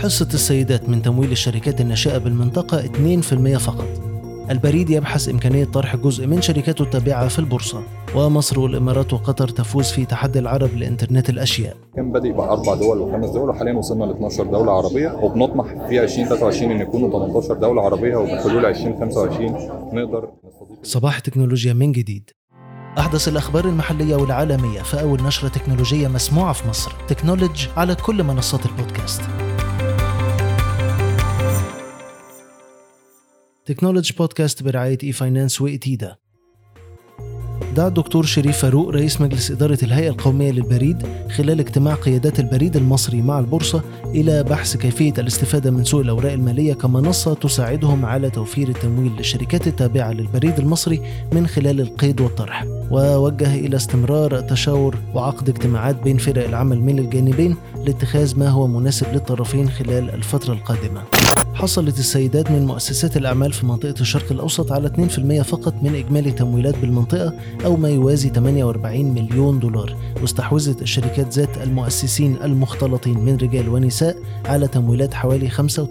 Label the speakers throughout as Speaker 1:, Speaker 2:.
Speaker 1: حصة السيدات من تمويل الشركات الناشئة بالمنطقة 2% فقط. البريد يبحث إمكانية طرح جزء من شركاته التابعة في البورصة. ومصر والإمارات وقطر تفوز في تحدي العرب لإنترنت الأشياء.
Speaker 2: كان بادئ ب4 دول و5 دول، وحاليا وصلنا ل 12 دولة عربية، وبنطمح في 2023 إن يكونوا 18 دولة عربية، وبحلول 2025 نقدر نستضيف.
Speaker 1: صباح تكنولوجيا من جديد. أحدث الأخبار المحلية والعالمية في أول نشرة تكنولوجية مسموعة في مصر. تكنولوجي على كل منصات البودكاست. تكنولوجي بودكاست برعاية إي-فاينانس وإتيدا. دعا الدكتور شريف فاروق رئيس مجلس إدارة الهيئة القومية للبريد خلال اجتماع قيادات البريد المصري مع البورصة إلى بحث كيفية الاستفادة من سوق الأوراق المالية كمنصة تساعدهم على توفير التمويل للشركات التابعة للبريد المصري من خلال القيد والطرح. ووجه إلى استمرار التشاور وعقد اجتماعات بين فرق العمل من الجانبين لاتخاذ ما هو مناسب للطرفين خلال الفترة القادمة. حصلت السيدات من مؤسسات الأعمال في منطقة الشرق الأوسط على 2% فقط من إجمالي تمويلات بالمنطقة، أو ما يوازي 48 مليون دولار. واستحوذت الشركات ذات المؤسسين المختلطين من رجال ونساء على تمويلات حوالي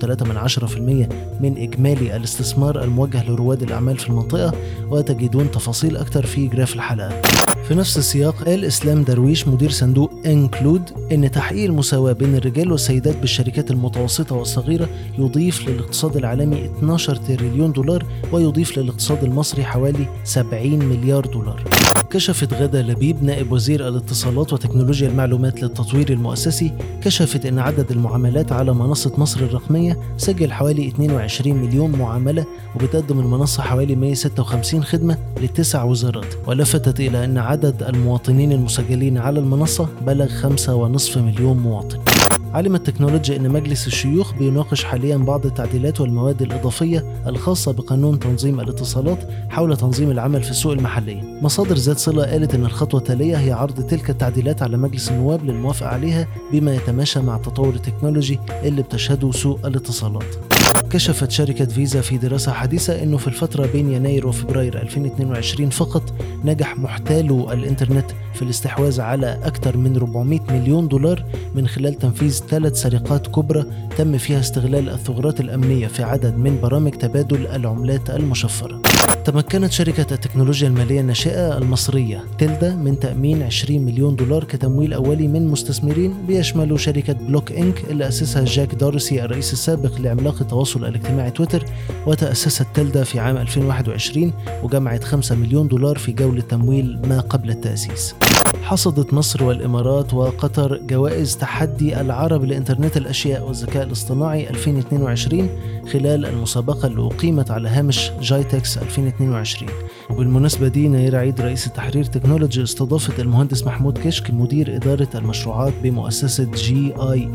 Speaker 1: 5.3% من إجمالي الاستثمار الموجه لرواد الأعمال في المنطقة. وتجدون تفاصيل أكتر في جراف الحلقة. في نفس السياق قال إسلام درويش مدير صندوق انكلود إن تحقيق المساواة بين الرجال والسيدات بالشركات المتوسطة والصغيرة يضيف للاقتصاد العالمي 12 تريليون دولار، ويضيف للاقتصاد المصري حوالي 70 مليار دولار. كشفت غادة لبيب نائب وزير الاتصالات وتكنولوجيا المعلومات للتطوير المؤسسي، كشفت أن عدد المعاملات على منصة مصر الرقمية سجل حوالي 22 مليون معاملة، وبتقدم المنصة حوالي 156 خدمة ل9 وزارات. ولفتت إلى أن عدد المواطنين المسجلين على المنصة بلغ 5.5 مليون مواطن. علمت تكنولوجيا أن مجلس الشيوخ بيناقش حاليا بعض التعديلات والمواد الإضافية الخاصة بقانون تنظيم الاتصالات حول تنظيم العمل في السوق المحلية. مصادر ذات صلة قالت أن الخطوة التالية هي عرض تلك التعديلات على مجلس النواب للموافقة عليها، بما يتماشى مع التطور التكنولوجي اللي بتشهده سوق الاتصالات. كشفت شركة فيزا في دراسة حديثة أنه في الفترة بين يناير وفبراير 2022 فقط نجح محتالو الإنترنت في الاستحواذ على أكثر من 400 مليون دولار من خلال تنفيذ 3 سرقات كبرى تم فيها استغلال الثغرات الأمنية في عدد من برامج تبادل العملات المشفرة. تمكنت شركة التكنولوجيا المالية الناشئة المصرية تيلدا من تأمين 20 مليون دولار كتمويل أولي من مستثمرين بيشملوا شركة بلوك إنك اللي أسسها جاك دارسي الرئيس السابق لعملاق التواصل الاجتماعي تويتر. وتأسست تيلدا في عام 2021 وجمعت 5 مليون دولار في جولة تمويل ما قبل التأسيس. حصدت مصر والإمارات وقطر جوائز تحدي العرب لإنترنت الأشياء والذكاء الاصطناعي 2022 خلال المسابقة اللي أقيمت على هامش جايتكس 2022. وبالمناسبة دي نير عيد رئيس التحرير تكنولوجي استضافت المهندس محمود كشك مدير إدارة المشروعات بمؤسسة GIE.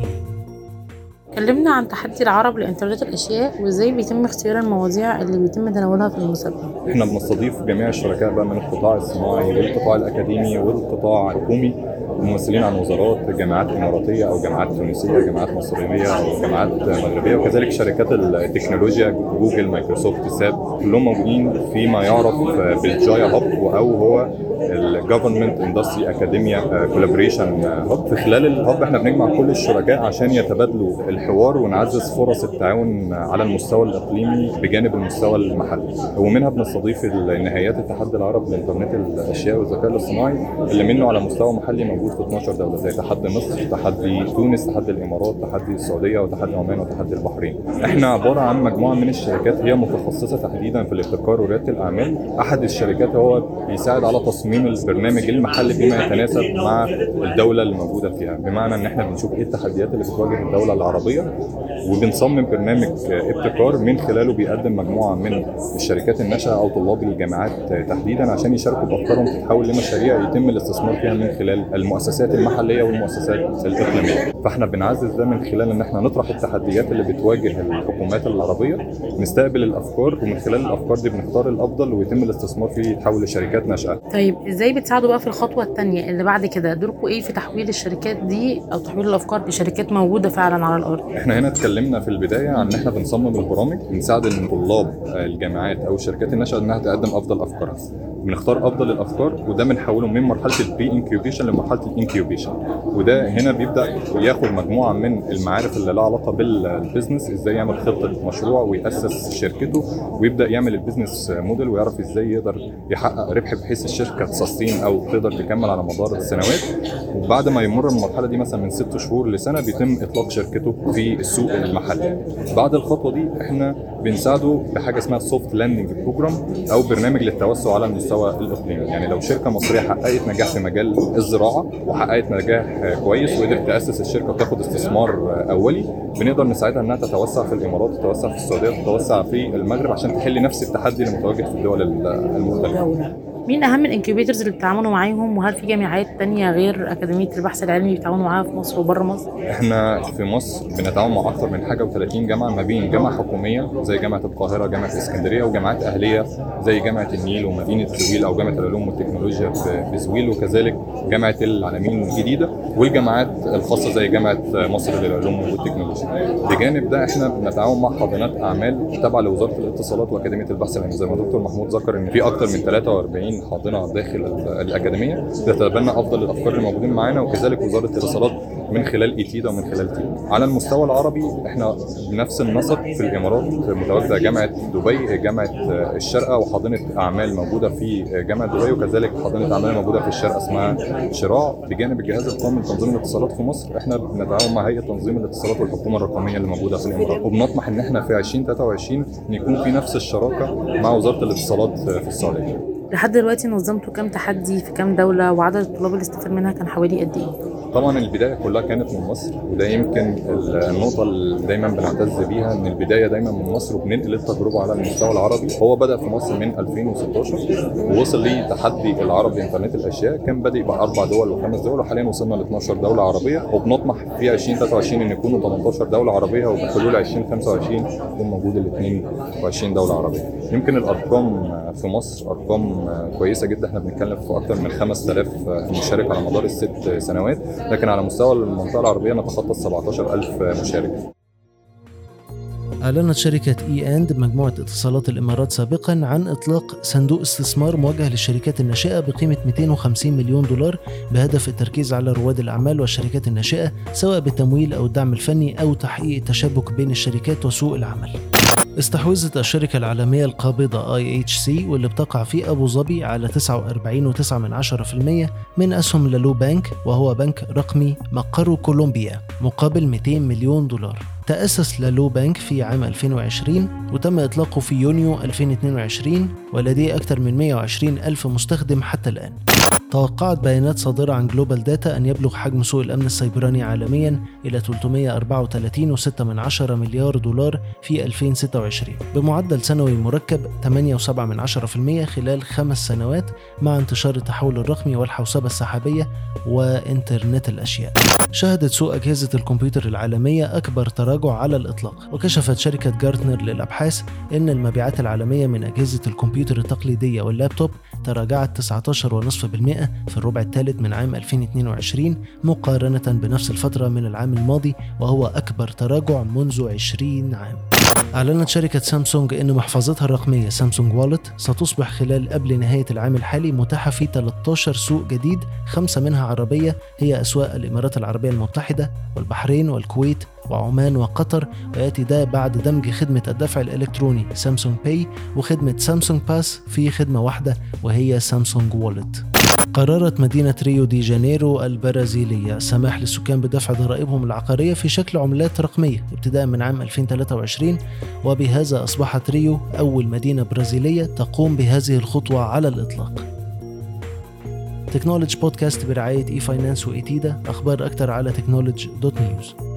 Speaker 3: كلمنا عن تحدي العرب لإنترنت الأشياء وإزاي بيتم اختيار المواضيع اللي بيتم تناولها في المسابقة.
Speaker 2: احنا بنستضيف جميع الشركاء بقى من القطاع الصناعي والقطاع الأكاديمي والقطاع الحكومي، ممثلين عن وزارات، جامعات إماراتية أو جامعات تونسية، جامعات مصرية أو جامعات مغربية، وكذلك شركات التكنولوجيا جوجل، مايكروسوفت، ساب، كلهم موجودين فيما يعرف بالجايا هاب، أو هو الجوفرمنت اندستري اكاديميا كولابوريشن هاب. في خلال الهاب احنا بنجمع كل الشركاء عشان يتبادلوا الحوار ونعزز فرص التعاون على المستوى الاقليمي بجانب المستوى المحلي. ومنها بنستضيف نهائيات التحدي العرب لإنترنت الاشياء والذكاء الاصطناعي اللي منه على مستوى محلي موجود في 12 دوله، زي تحدي مصر، تحدي تونس، تحدي الامارات، تحدي السعوديه، وتحدي عمان، وتحدي البحرين. احنا عباره عن مجموعه من الشركات هي متخصصه تحديدا في الابتكار ورياده الاعمال. احد الشركات هو بيساعد على تصميم البرنامج المحلي بما يتناسب مع الدولة اللي موجودة فيها، بمعنى ان احنا بنشوف ايه التحديات اللي بتواجه الدولة العربية وبنصمم برنامج ابتكار من خلاله بيقدم مجموعة من الشركات الناشئة او طلاب الجامعات تحديدا عشان يشاركوا بافكارهم تتحول لمشاريع يتم الاستثمار فيها من خلال المؤسسات المحلية والمؤسسات الاقليمية. فاحنا بنعزز ده من خلال ان احنا نطرح التحديات اللي بتواجه الحكومات العربية، نستقبل الافكار، ومن خلال الافكار دي بنختار الافضل ويتم الاستثمار فيه يتحول لشركات ناشئة.
Speaker 3: طيب ازاي بتساعدوا بقى في الخطوة التانية اللي بعد كده؟ دوركم ايه في تحويل الشركات دي او تحويل الافكار لشركات موجودة فعلا على الارض؟
Speaker 2: احنا هنا اتكلمنا في البداية عن ان احنا بنصمم البرامج، بنساعد الطلاب الجامعات او الشركات الناشئة انها تقدم افضل افكارها، بنختار افضل الافكار وده بنحوله من مرحله البري انكيوبيشن لمرحله انكيوبيشن. وده هنا بيبدا ياخد مجموعه من المعارف اللي لها علاقه بالبيزنس، ازاي يعمل خطه مشروع وياسس شركته ويبدا يعمل البيزنس موديل ويعرف ازاي يقدر يحقق ربح بحيث الشركه تسستين او تقدر تكمل على مدار السنوات. وبعد ما يمر المرحله دي مثلا من 6 شهور لسنه بيتم اطلاق شركته في السوق المحلي. بعد الخطوه دي احنا بنساعده بحاجه اسمها سوفت لاندنج بروجرام او برنامج للتوسع على المستوى الاقليمي. يعني لو شركه مصريه حققت نجاح في مجال الزراعه وحققت نجاح كويس وقدرت تاسس الشركه وتاخد استثمار اولي، بنقدر نساعدها انها تتوسع في الامارات، تتوسع في السعوديه، تتوسع في المغرب عشان تحل نفس التحدي اللي متواجد في الدول المختلفه.
Speaker 3: مين اهم الانكيوبيتورز اللي بتتعاملوا معاهم، وهل في جامعات تانية غير اكاديميه البحث العلمي بتتعاملوا معاها في مصر وبره مصر؟
Speaker 2: احنا في مصر بنتعاون مع اكثر من حاجه و30 جامعه، ما بين جامعه حكوميه زي جامعه القاهره، جامعه اسكندريه، وجامعات اهليه زي جامعه النيل ومدينه زويل او جامعه العلوم والتكنولوجيا في زويل، وكذلك جامعه العلمين الجديده، والجامعات الخاصه زي جامعه مصر للعلوم والتكنولوجيا. بجانب ده احنا بنتعاون مع حاضنات اعمال تابعه لوزاره الاتصالات واكاديميه البحث العلمي. زي ما دكتور محمود ذكر ان في اكثر من 43 حاضنه داخل الاكاديميه بتتبنى افضل الافكار الموجودين معانا، وكذلك وزاره الاتصالات من خلال ايتيدا ومن خلال تيم. على المستوى العربي احنا بنفس النسق في الامارات متواجده جامعه دبي، جامعه الشارقه، وحاضنه اعمال موجوده في جامعه دبي، وكذلك حاضنه اعمال موجوده في الشارقه اسمها شراع. بجانب الجهاز القومي لتنظيم الاتصالات في مصر احنا بنتعاون مع هيئه تنظيم الاتصالات والحكومه الرقميه اللي موجوده في الامارات، وبنطمح ان احنا في 2023 يكون في نفس الشراكه مع وزاره الاتصالات في السعوديه.
Speaker 3: لحد دلوقتي نظمتوا كام تحدي في كام دولة، وعدد الطلاب اللي استفاد منها كان حوالي قد ايه؟
Speaker 2: طبعا البدايه كلها كانت من مصر، وده يمكن النقطه اللي دايما بنعتز بيها ان البدايه دايما من مصر وبننقل التجربه على المستوى العربي. هو بدا في مصر من 2016 ووصل لتحدي العربي انترنت الاشياء، كان بادئ ب4 دول و5 دول، وحاليا وصلنا ل 12 دوله عربيه، وبنطمح في 2023 ان يكونوا 18 دوله عربيه، وبحلول 2025 يكون موجود ال 22 دوله عربيه. يمكن الارقام في مصر ارقام كويسه جدا، احنا بنتكلم في اكثر من 5000 مشارك على مدار ال6 سنوات، لكن على مستوى المنطقه العربيه نتخطى 17000 مشارك.
Speaker 1: أعلنت شركة E&, مجموعة اتصالات الإمارات سابقاً عن إطلاق صندوق استثمار موجه للشركات الناشئة بقيمة 250 مليون دولار بهدف التركيز على رواد الأعمال والشركات الناشئة، سواء بالتمويل أو الدعم الفني أو تحقيق التشابك بين الشركات وسوق العمل. استحوذت الشركة العالمية القابضة IHC واللي بتقع في أبو ظبي على 49.9% من أسهم لالو بانك، وهو بنك رقمي مقره كولومبيا، مقابل 200 مليون دولار. تأسس لالو بانك في عام 2020 وتم إطلاقه في يونيو 2022، ولديه أكثر من 120 ألف مستخدم حتى الآن. توقعت بيانات صادرة عن جلوبال داتا أن يبلغ حجم سوق الأمن السيبراني عالميا إلى 334.6 مليار دولار في 2026 بمعدل سنوي مركب 8.7% خلال 5 سنوات، مع انتشار التحول الرقمي والحوسبة السحابية وإنترنت الأشياء. شهدت سوق أجهزة الكمبيوتر العالمية أكبر تراجع على الإطلاق، وكشفت شركة جارتنر للأبحاث أن المبيعات العالمية من أجهزة الكمبيوتر التقليدية واللابتوب تراجعت 19.5% في الربع الثالث من عام 2022 مقارنة بنفس الفترة من العام الماضي، وهو أكبر تراجع منذ 20 عام. أعلنت شركة سامسونج أن محفظتها الرقمية سامسونج والت ستصبح قبل نهاية العام الحالي متاحة في 13 سوق جديد، 5 منها عربية، هي أسواق الإمارات العربية المتحدة والبحرين والكويت وعمان وقطر، ويأتي ده بعد دمج خدمة الدفع الإلكتروني سامسونج باي وخدمة سامسونج باس في خدمة واحدة وهي سامسونج والت. قررت مدينة ريو دي جانيرو البرازيلية سماح للسكان بدفع ضرائبهم العقارية في شكل عملات رقمية ابتداء من عام 2023، وبهذا أصبحت ريو أول مدينة برازيلية تقوم بهذه الخطوة على الإطلاق. تكنولوجي بودكاست برعاية اي فاينانس وإيتيدا. أخبار أكتر على technology.news.